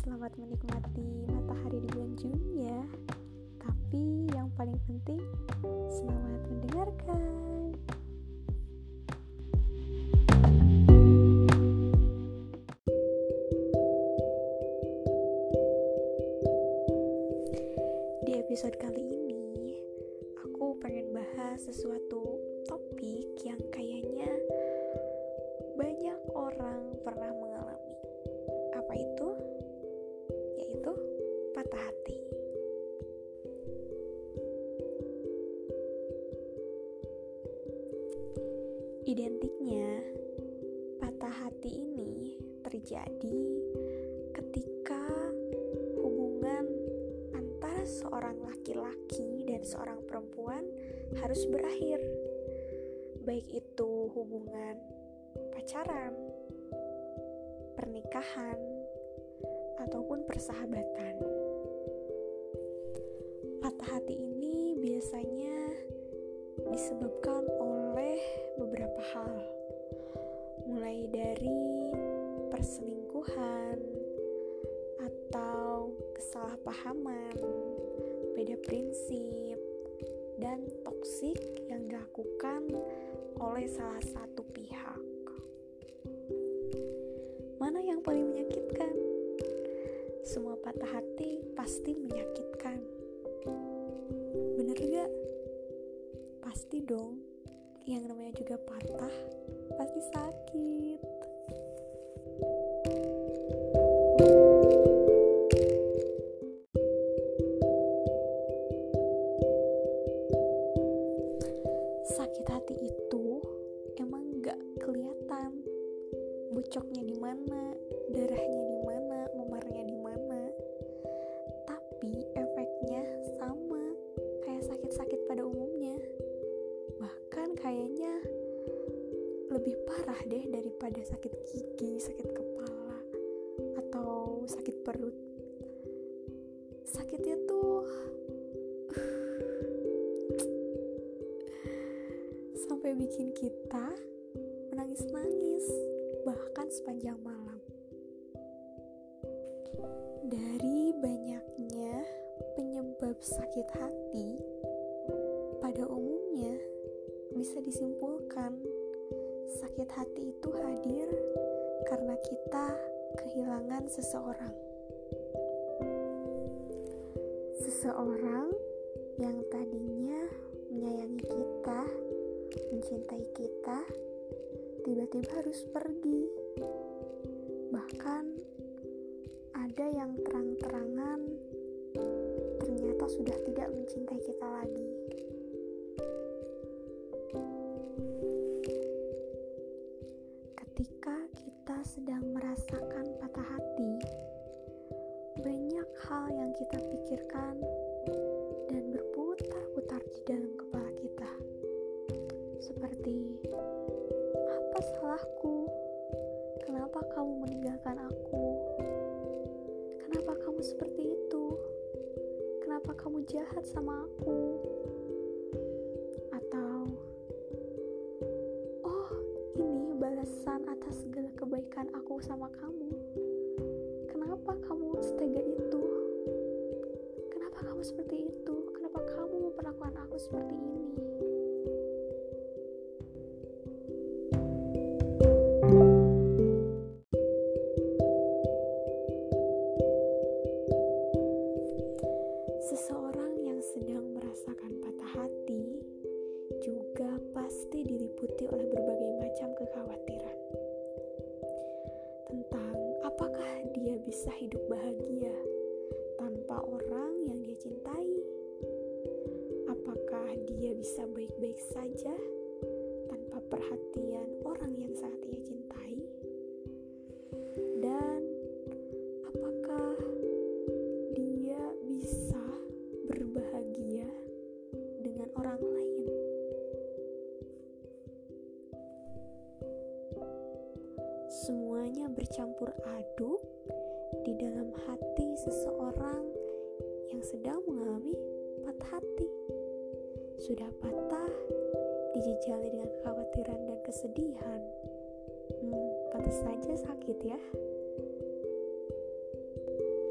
selamat menikmati matahari di bulan Juni ya. Tapi yang paling penting, selamat mendengarkan. Di episode kali ini, aku pengen bahas sesuatu topik yang kayaknya banyak orang pernah mengalami. Apa itu? Yaitu patah hati. Identiknya, patah hati ini terjadi ketika hubungan antara seorang laki-laki dan seorang perempuan harus berakhir. Baik itu hubungan pacaran, pernikahan, ataupun persahabatan. Patah hati ini biasanya disebabkan oleh beberapa hal, mulai dari perselingkuhan atau kesalahpahaman, beda prinsip, dan toksik yang dilakukan oleh salah satu pihak. Mana yang paling menyakitkan? Semua patah hati pasti menyakitkan. Bener gak? Pasti dong. Yang namanya juga patah pasti sakit. Sakit hati itu emang gak kelihatan. Bocoknya di mana, darahnya di mana, memarnya di mana. Tapi efeknya sama kayak sakit-sakit pada umumnya. Bahkan kayaknya lebih parah deh daripada sakit gigi, sakit kepala, atau sakit perut. Sakitnya tuh sampai bikin kita menangis-nangis, bahkan sepanjang malam. Dari banyaknya penyebab sakit hati, pada umumnya bisa disimpulkan sakit hati itu hadir karena kita kehilangan seseorang. Seseorang yang tadinya menyayangi kita, mencintai kita, tiba-tiba harus pergi. Bahkan ada yang terang-terangan ternyata sudah tidak mencintai kita lagi. Ketika kita sedang merasakan patah hati, banyak hal yang kita pikirkan dan berputar-putar di dalam kepala kita. Seperti, apa salahku? Kenapa kamu meninggalkan aku? Kenapa kamu seperti itu? Kenapa kamu jahat sama aku? Atau, oh, ini balasan atas segala kebaikan aku sama kamu. Kenapa kamu setega itu? Kenapa kamu seperti itu? Kenapa kamu memperlakukan aku seperti ini? Seseorang yang sedang merasakan patah hati juga pasti diliputi oleh berbagai macam kekhawatiran tentang apakah dia bisa hidup bahagia tanpa orang yang dia cintai. Apakah dia bisa baik-baik saja tanpa perhatian orang yang sangat ia cintai? Dan apakah dia bisa berbahagia dengan orang lain? Semuanya bercampur aduk di dalam hati seseorang yang sedang mengalami patah hati. Sudah patah, dijejali dengan kekhawatiran dan kesedihan. Pantas saja sakit ya.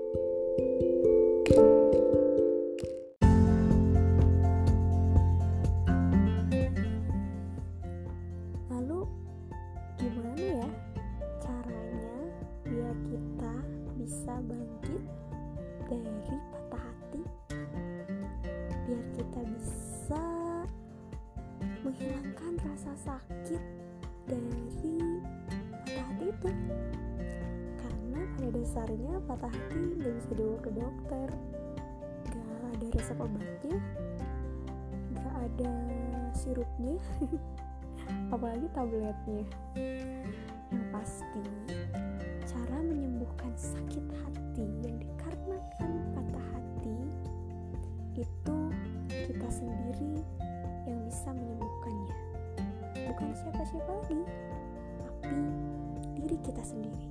Lalu gimana ya caranya biar kita bisa bangkit dari patah hati, biar kita bisa menghilangkan rasa sakit dari patah hati itu? Karena pada dasarnya patah hati gak bisa dibawa ke dokter, gak ada resep obatnya, gak ada sirupnya apalagi tabletnya. Yang pasti cara menyembuhkan sakit hati yang dikarenakan patah hati itu kita sendiri yang bisa menyembuhkannya, bukan siapa-siapa lagi, tapi diri kita sendiri.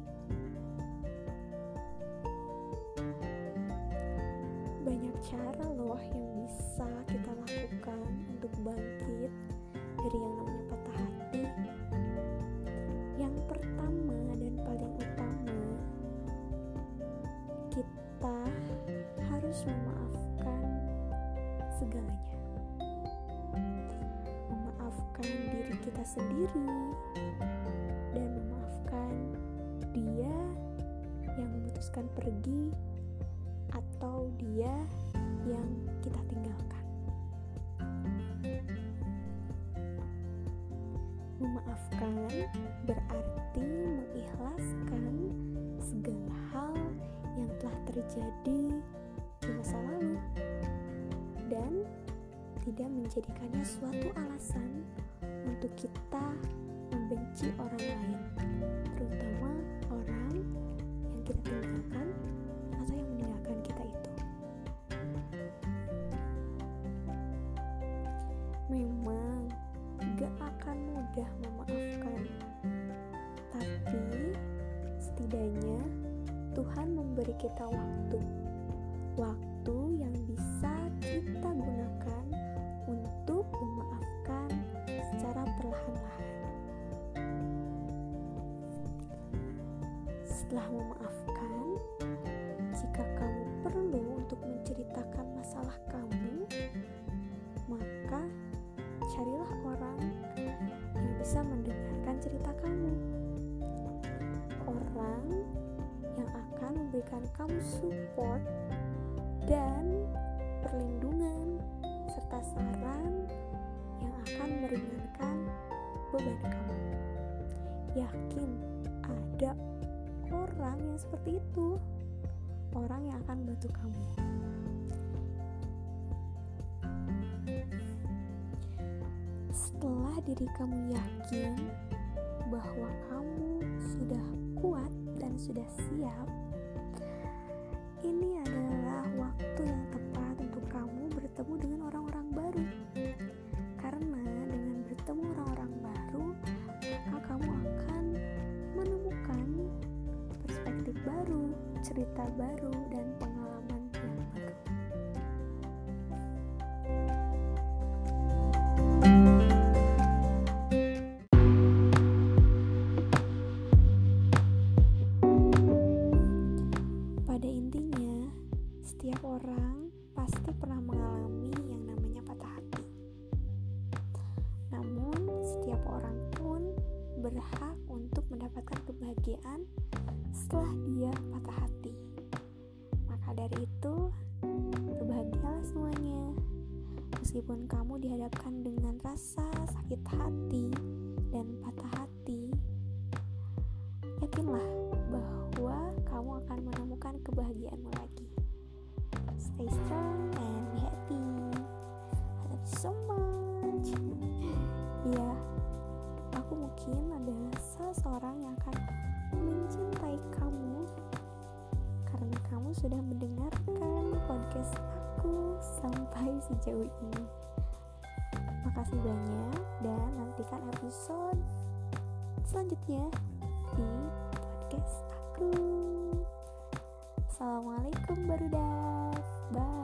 Banyak cara loh yang bisa kita lakukan untuk bangkit dari yang namanya patah hati. Yang pertama dan paling utama, kita harus memaafkan segalanya. Memaafkan diri kita sendiri dan memaafkan dia yang memutuskan pergi atau dia yang kita tinggalkan. Memaafkan berarti mengikhlaskan segala hal yang telah terjadi di masa lalu dan tidak menjadikannya suatu alasan untuk kita membenci orang lain, terutama orang yang kita tinggalkan atau yang meninggalkan kita itu. Memang gak akan mudah memaafkan, tapi setidaknya Tuhan memberi kita waktu yang bisa kita gunakan untuk memaafkan secara perlahan-lahan. Setelah memaafkan, jika kamu perlu untuk menceritakan masalah kamu, maka carilah orang yang bisa mendengarkan cerita kamu, orang yang akan memberikan kamu support dan perlindungan serta saran yang akan meringankan beban kamu. Yakin ada orang yang seperti itu, orang yang akan bantu kamu. Setelah diri kamu yakin bahwa kamu sudah kuat dan sudah siap, ini adalah waktu yang tepat untuk kamu bertemu dengan orang-orang baru. Karena dengan bertemu orang-orang baru, maka kamu akan menemukan perspektif baru, cerita baru, dan pengalaman yang baru. Pada intinya, setiap orang pasti pernah mengalami yang namanya patah hati. Namun, setiap orang pun berhak untuk mendapatkan kebahagiaan setelah dia patah hati. Maka dari itu, berbahagialah semuanya. Meskipun kamu dihadapkan dengan rasa sakit hati dan patah hati, yakinlah bahwa kamu akan menemukan kebahagiaanmu lagi. Stay strong and be happy. I love you so much. Ya, aku mungkin adalah salah seorang yang akan mencintai kamu karena kamu sudah mendengarkan podcast aku sampai sejauh ini. Makasih banyak dan nantikan episode selanjutnya di podcast aku. Assalamualaikum barudak. Bye.